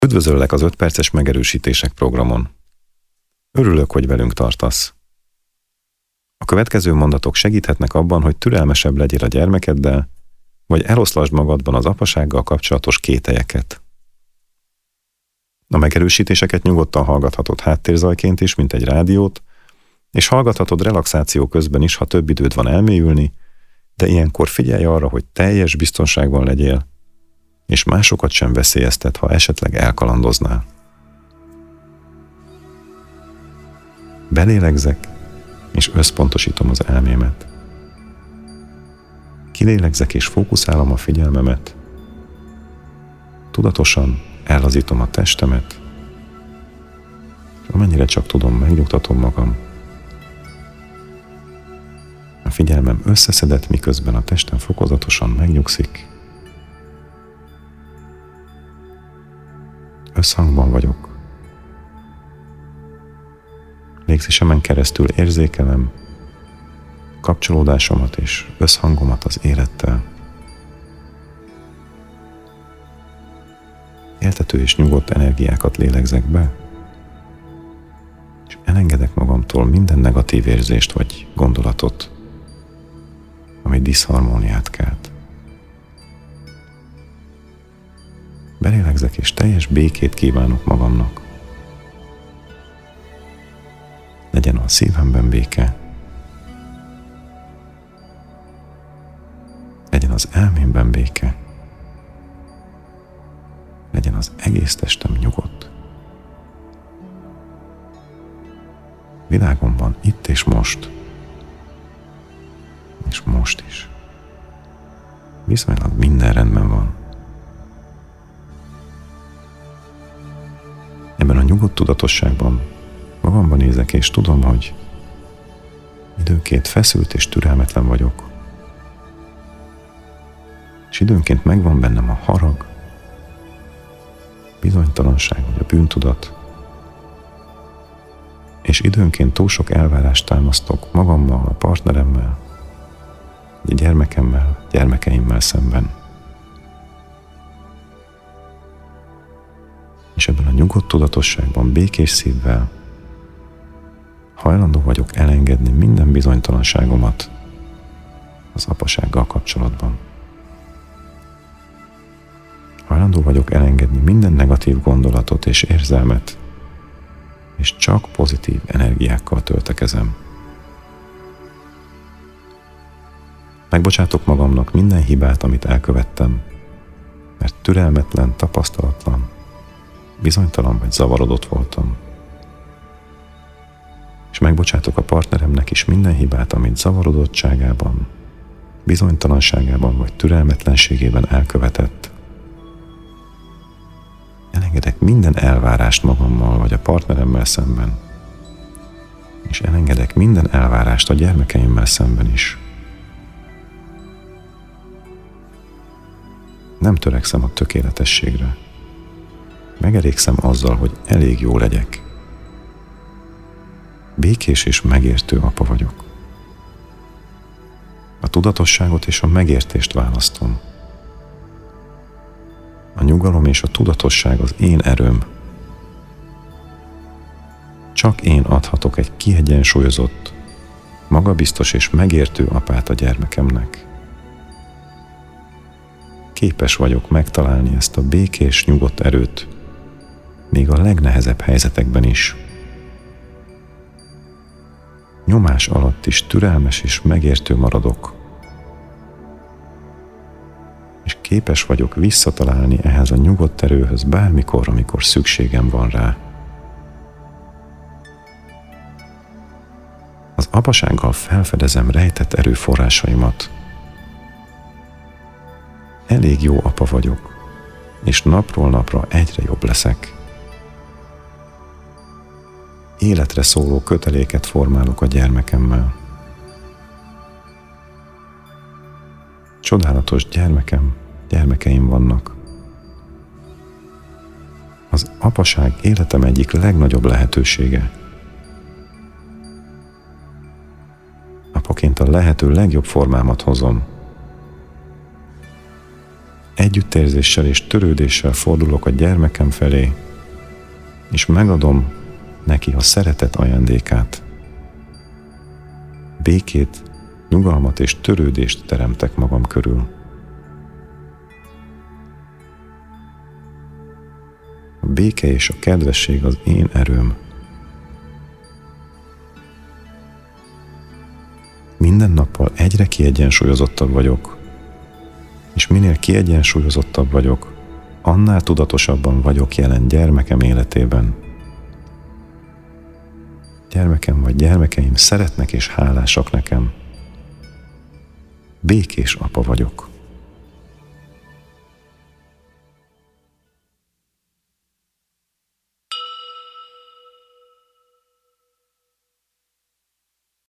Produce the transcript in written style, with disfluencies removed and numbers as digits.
Üdvözöllek az 5 perces megerősítések programon. Örülök, hogy velünk tartasz. A következő mondatok segíthetnek abban, hogy türelmesebb legyél a gyermekeddel, vagy eloszlasd magadban az apasággal kapcsolatos kételyeket. A megerősítéseket nyugodtan hallgathatod háttérzajként is, mint egy rádiót, és hallgathatod relaxáció közben is, ha több időd van elmélyülni, de ilyenkor figyelj arra, hogy teljes biztonságban legyél, és másokat sem veszélyeztet, ha esetleg elkalandoznál. Belélegzek, és összpontosítom az elmémet. Kilélegzek, és fókuszálom a figyelmemet. Tudatosan ellazítom a testemet, és amennyire csak tudom, megnyugtatom magam. A figyelmem összeszedett, miközben a testem fokozatosan megnyugszik. Összhangban vagyok. Légzésemen keresztül érzékelem kapcsolódásomat és összhangomat az élettel. Éltető és nyugodt energiákat lélegzek be, és elengedek magamtól minden negatív érzést vagy gondolatot, ami diszharmóniát kelt. Belélegzek, és teljes békét kívánok magamnak. Legyen a szívemben béke, legyen az elmémben béke, legyen az egész testem nyugodt. Világomban itt és most is viszonylag minden rendben van. Ebben a nyugodt tudatosságban magamban nézek, és tudom, hogy időnként feszült és türelmetlen vagyok. És időnként megvan bennem a harag, bizonytalanság vagy a bűntudat. És időnként túl sok elvárást támasztok magammal, a partneremmel, a gyermekemmel, gyermekeimmel szemben. És ebben a nyugodt tudatosságban, békés szívvel hajlandó vagyok elengedni minden bizonytalanságomat az apasággal kapcsolatban. Hajlandó vagyok elengedni minden negatív gondolatot és érzelmet, és csak pozitív energiákkal töltekezem. Megbocsátok magamnak minden hibát, amit elkövettem, mert türelmetlen, tapasztalatlan, bizonytalan vagy zavarodott voltam. És megbocsátok a partneremnek is minden hibát, amit zavarodottságában, bizonytalanságában vagy türelmetlenségében elkövetett. Elengedek minden elvárást magammal vagy a partneremmel szemben, és elengedek minden elvárást a gyermekeimmel szemben is. Nem törekszem a tökéletességre. Megelégszem azzal, hogy elég jó legyek. Békés és megértő apa vagyok. A tudatosságot és a megértést választom. A nyugalom és a tudatosság az én erőm. Csak én adhatok egy kiegyensúlyozott, magabiztos és megértő apát a gyermekemnek. Képes vagyok megtalálni ezt a békés, nyugodt erőt, még a legnehezebb helyzetekben is. Nyomás alatt is türelmes és megértő maradok, és képes vagyok visszatalálni ehhez a nyugodt erőhöz bármikor, amikor szükségem van rá. Az apasággal felfedezem rejtett erőforrásaimat. Elég jó apa vagyok, és napról napra egyre jobb leszek. Életre szóló köteléket formálok a gyermekemmel. Csodálatos gyermekeim vannak. Az apaság életem egyik legnagyobb lehetősége. Apaként a lehető legjobb formámat hozom. Együttérzéssel és törődéssel fordulok a gyermekem felé, és megadom neki a szeretet ajándékát. Békét, nyugalmat és törődést teremtek magam körül. A béke és a kedvesség az én erőm. Minden nappal egyre kiegyensúlyozottabb vagyok, és minél kiegyensúlyozottabb vagyok, annál tudatosabban vagyok jelen gyermekem életében. Gyermekem vagy gyermekeim szeretnek és hálásak nekem. Békés apa vagyok.